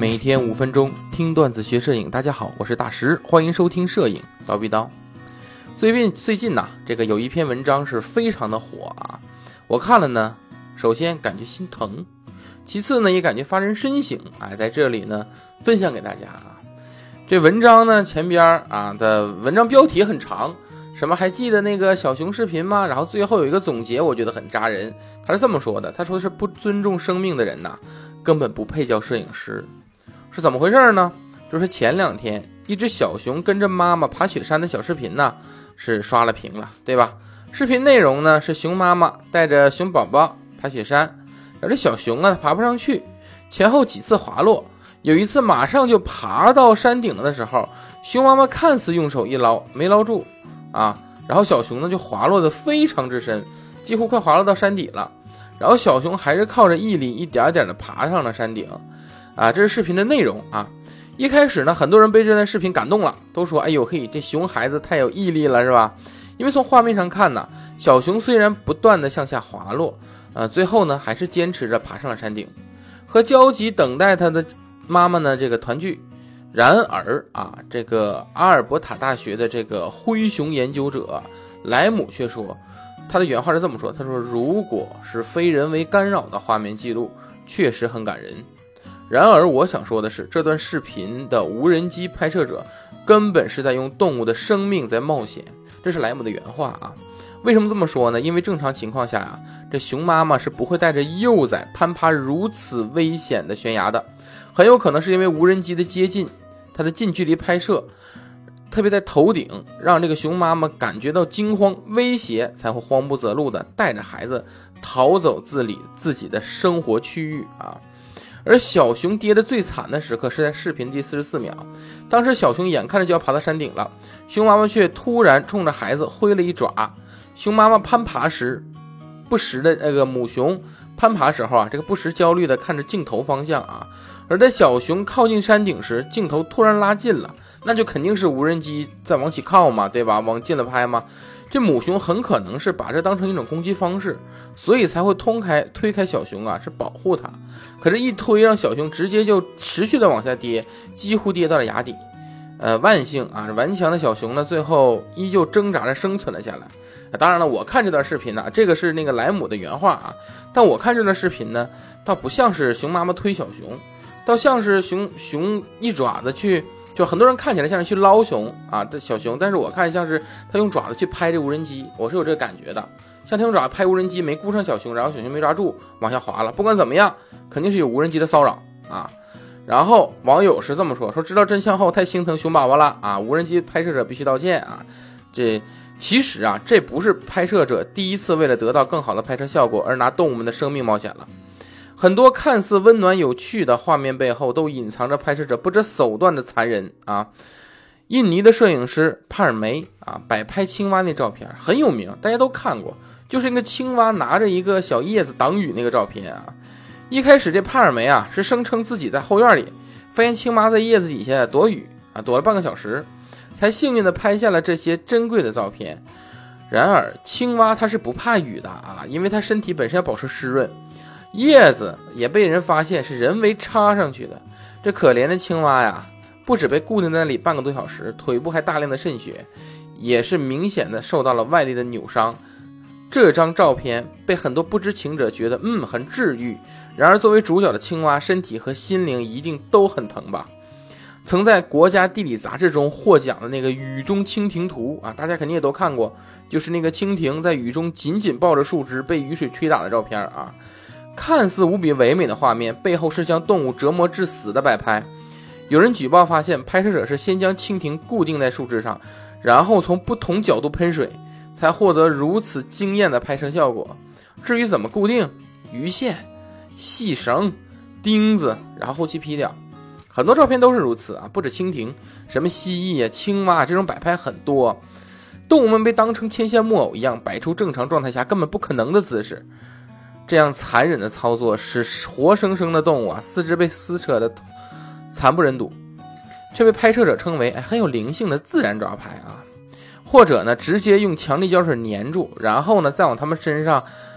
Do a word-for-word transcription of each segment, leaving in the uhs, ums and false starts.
每天五分钟听段子学摄影。大家好，我是大石，欢迎收听摄影叨逼叨。最近最近呐，这个有一篇文章是非常的火啊，我看了呢，首先感觉心疼，其次呢也感觉发人深省，哎，在这里呢分享给大家啊。这文章呢前边啊的文章标题很长，什么还记得那个小熊视频吗？然后最后有一个总结，我觉得很扎人。他是这么说的，他说是不尊重生命的人呐，根本不配叫摄影师。是怎么回事呢？就是前两天一只小熊跟着妈妈爬雪山的小视频呢，是刷了屏了，对吧？视频内容呢是熊妈妈带着熊宝宝爬雪山，而这小熊啊爬不上去，前后几次滑落，有一次马上就爬到山顶了的时候，熊妈妈看似用手一捞没捞住啊，然后小熊呢就滑落的非常之深，几乎快滑落到山底了，然后小熊还是靠着毅力一点点的爬上了山顶啊。这是视频的内容啊。一开始呢，很多人被这段视频感动了，都说哎呦嘿，这熊孩子太有毅力了，是吧？因为从画面上看呢，小熊虽然不断的向下滑落啊，最后呢还是坚持着爬上了山顶，和焦急等待他的妈妈呢这个团聚。然而啊，这个阿尔伯塔大学的这个灰熊研究者莱姆却说，他的原话是这么说，他说如果是非人为干扰的画面记录，确实很感人。然而我想说的是，这段视频的无人机拍摄者根本是在用动物的生命在冒险，这是莱姆的原话啊。为什么这么说呢？因为正常情况下啊，这熊妈妈是不会带着幼崽攀爬如此危险的悬崖的，很有可能是因为无人机的接近，它的近距离拍摄，特别在头顶，让这个熊妈妈感觉到惊慌威胁，才会慌不择路的带着孩子逃走自理自己的生活区域啊。而小熊跌得最惨的时刻是在视频第四十四秒，当时小熊眼看着就要爬到山顶了，熊妈妈却突然冲着孩子挥了一爪。熊妈妈攀爬时不时的那个母熊攀爬时候啊，这个不时焦虑的看着镜头方向啊，而在小熊靠近山顶时，镜头突然拉近了，那就肯定是无人机在往起靠嘛，对吧？往近了拍嘛。这母熊很可能是把这当成一种攻击方式，所以才会通开推开小熊啊，是保护它。可是，一推让小熊直接就持续的往下跌，几乎跌到了崖底。呃，万幸啊，顽强的小熊呢，最后依旧挣扎着生存了下来。啊、当然了，我看这段视频呢、啊，这个是那个莱姆的原话啊，但我看这段视频呢，倒不像是熊妈妈推小熊，倒像是熊熊一爪子去。就很多人看起来像是去捞熊啊的小熊，但是我看像是他用爪子去拍这无人机，我是有这个感觉的，像他用爪子拍无人机没顾上小熊，然后小熊没抓住往下滑了。不管怎么样，肯定是有无人机的骚扰啊。然后网友是这么说，说知道真相后太心疼熊宝宝了啊，无人机拍摄者必须道歉啊。这其实啊，这不是拍摄者第一次为了得到更好的拍摄效果而拿动物们的生命冒险了。很多看似温暖有趣的画面背后，都隐藏着拍摄者不择手段的残忍啊！印尼的摄影师帕尔梅啊，摆拍青蛙那照片很有名，大家都看过，就是那个青蛙拿着一个小叶子挡雨那个照片啊。一开始这帕尔梅啊是声称自己在后院里发现青蛙在叶子底下躲雨啊，躲了半个小时，才幸运的拍下了这些珍贵的照片。然而青蛙它是不怕雨的啊，因为它身体本身要保持湿润。叶子也被人发现是人为插上去的，这可怜的青蛙呀，不止被固定在那里半个多小时，腿部还大量的渗血，也是明显的受到了外力的扭伤。这张照片被很多不知情者觉得嗯很治愈，然而作为主角的青蛙身体和心灵一定都很疼吧。曾在国家地理杂志中获奖的那个雨中蜻蜓图啊，大家肯定也都看过，就是那个蜻蜓在雨中紧紧抱着树枝被雨水吹打的照片啊。看似无比唯美的画面，背后是将动物折磨致死的摆拍。有人举报发现，拍摄者是先将蜻蜓固定在树枝上，然后从不同角度喷水，才获得如此惊艳的拍摄效果。至于怎么固定，鱼线、细绳、钉子，然后后期 P 掉。很多照片都是如此啊，不止蜻蜓，什么蜥蜴啊、青蛙这种摆拍很多。动物们被当成牵线木偶一样摆出正常状态下根本不可能的姿势。这样残忍的操作使活生生的动物啊四肢被撕扯的惨不忍睹，却被拍摄者称为、哎、很有灵性的自然抓拍啊。或者呢直接用强力胶水粘住，然后呢再往他们身上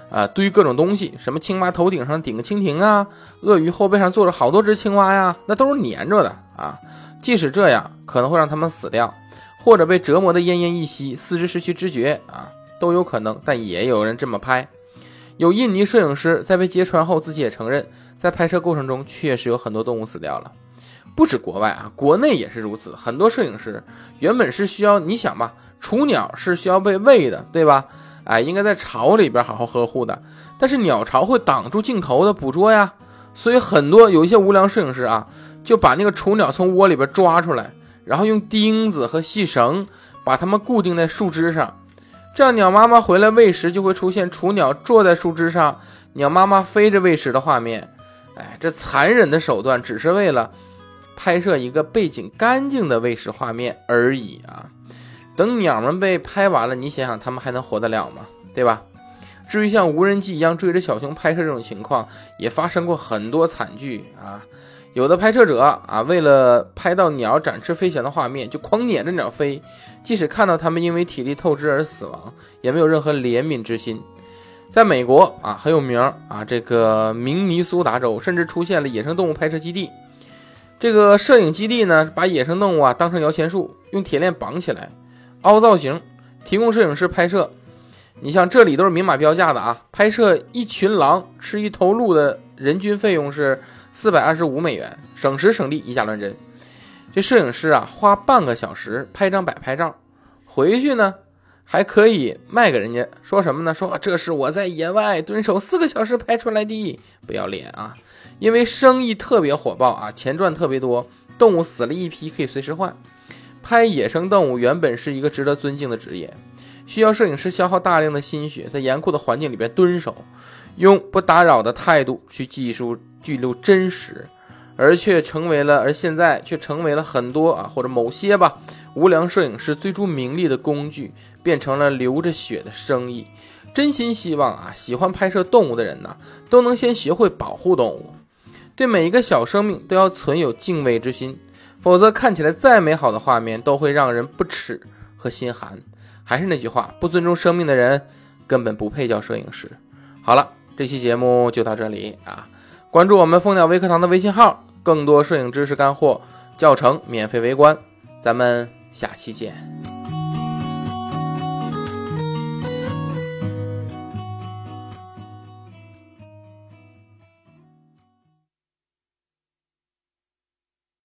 啊、呃、堆各种东西，什么青蛙头顶上顶个蜻蜓啊，鳄鱼后背上坐着好多只青蛙呀，那都是粘着的啊。即使这样，可能会让它们死掉，或者被折磨得奄奄一息，四肢失去知觉啊，都有可能。但也有人这么拍。有印尼摄影师在被揭穿后自己也承认，在拍摄过程中确实有很多动物死掉了。不止国外啊，国内也是如此。很多摄影师原本是需要，你想吧，雏鸟是需要被喂的，对吧？哎，应该在巢里边好好呵护的，但是鸟巢会挡住镜头的捕捉呀，所以很多有一些无良摄影师啊，就把那个雏鸟从窝里边抓出来，然后用钉子和细绳把它们固定在树枝上，这样鸟妈妈回来喂食就会出现雏鸟坐在树枝上，鸟妈妈飞着喂食的画面。哎，这残忍的手段只是为了拍摄一个背景干净的喂食画面而已啊！等鸟们被拍完了，你想想它们还能活得了吗？对吧？至于像无人机一样追着小熊拍摄这种情况，也发生过很多惨剧啊！有的拍摄者啊，为了拍到鸟展翅飞翔的画面，就狂撵着鸟飞，即使看到它们因为体力透支而死亡，也没有任何怜悯之心。在美国啊，很有名啊，这个明尼苏达州甚至出现了野生动物拍摄基地。这个摄影基地呢，把野生动物啊当成摇钱树，用铁链绑起来，凹造型，提供摄影师拍摄。你像这里都是明码标价的啊，拍摄一群狼吃一头鹿的人均费用是四百二十五美元，省时省力，以假乱真。这摄影师啊，花半个小时拍张摆拍照，回去呢还可以卖给人家，说什么呢？说这是我在野外蹲守四个小时拍出来的，不要脸啊！因为生意特别火爆啊，钱赚特别多，动物死了一批可以随时换。拍野生动物原本是一个值得尊敬的职业，需要摄影师消耗大量的心血，在严酷的环境里边蹲守，用不打扰的态度去记述记录真实，而却成为了而现在却成为了很多啊或者某些吧无良摄影师追逐名利的工具，变成了流着血的生意。真心希望啊喜欢拍摄动物的人呢，都能先学会保护动物，对每一个小生命都要存有敬畏之心，否则看起来再美好的画面都会让人不齿和心寒。还是那句话，不尊重生命的人根本不配叫摄影师。好了，这期节目就到这里啊！关注我们蜂鸟微课堂的微信号，更多摄影知识干货教程免费围观，咱们下期见。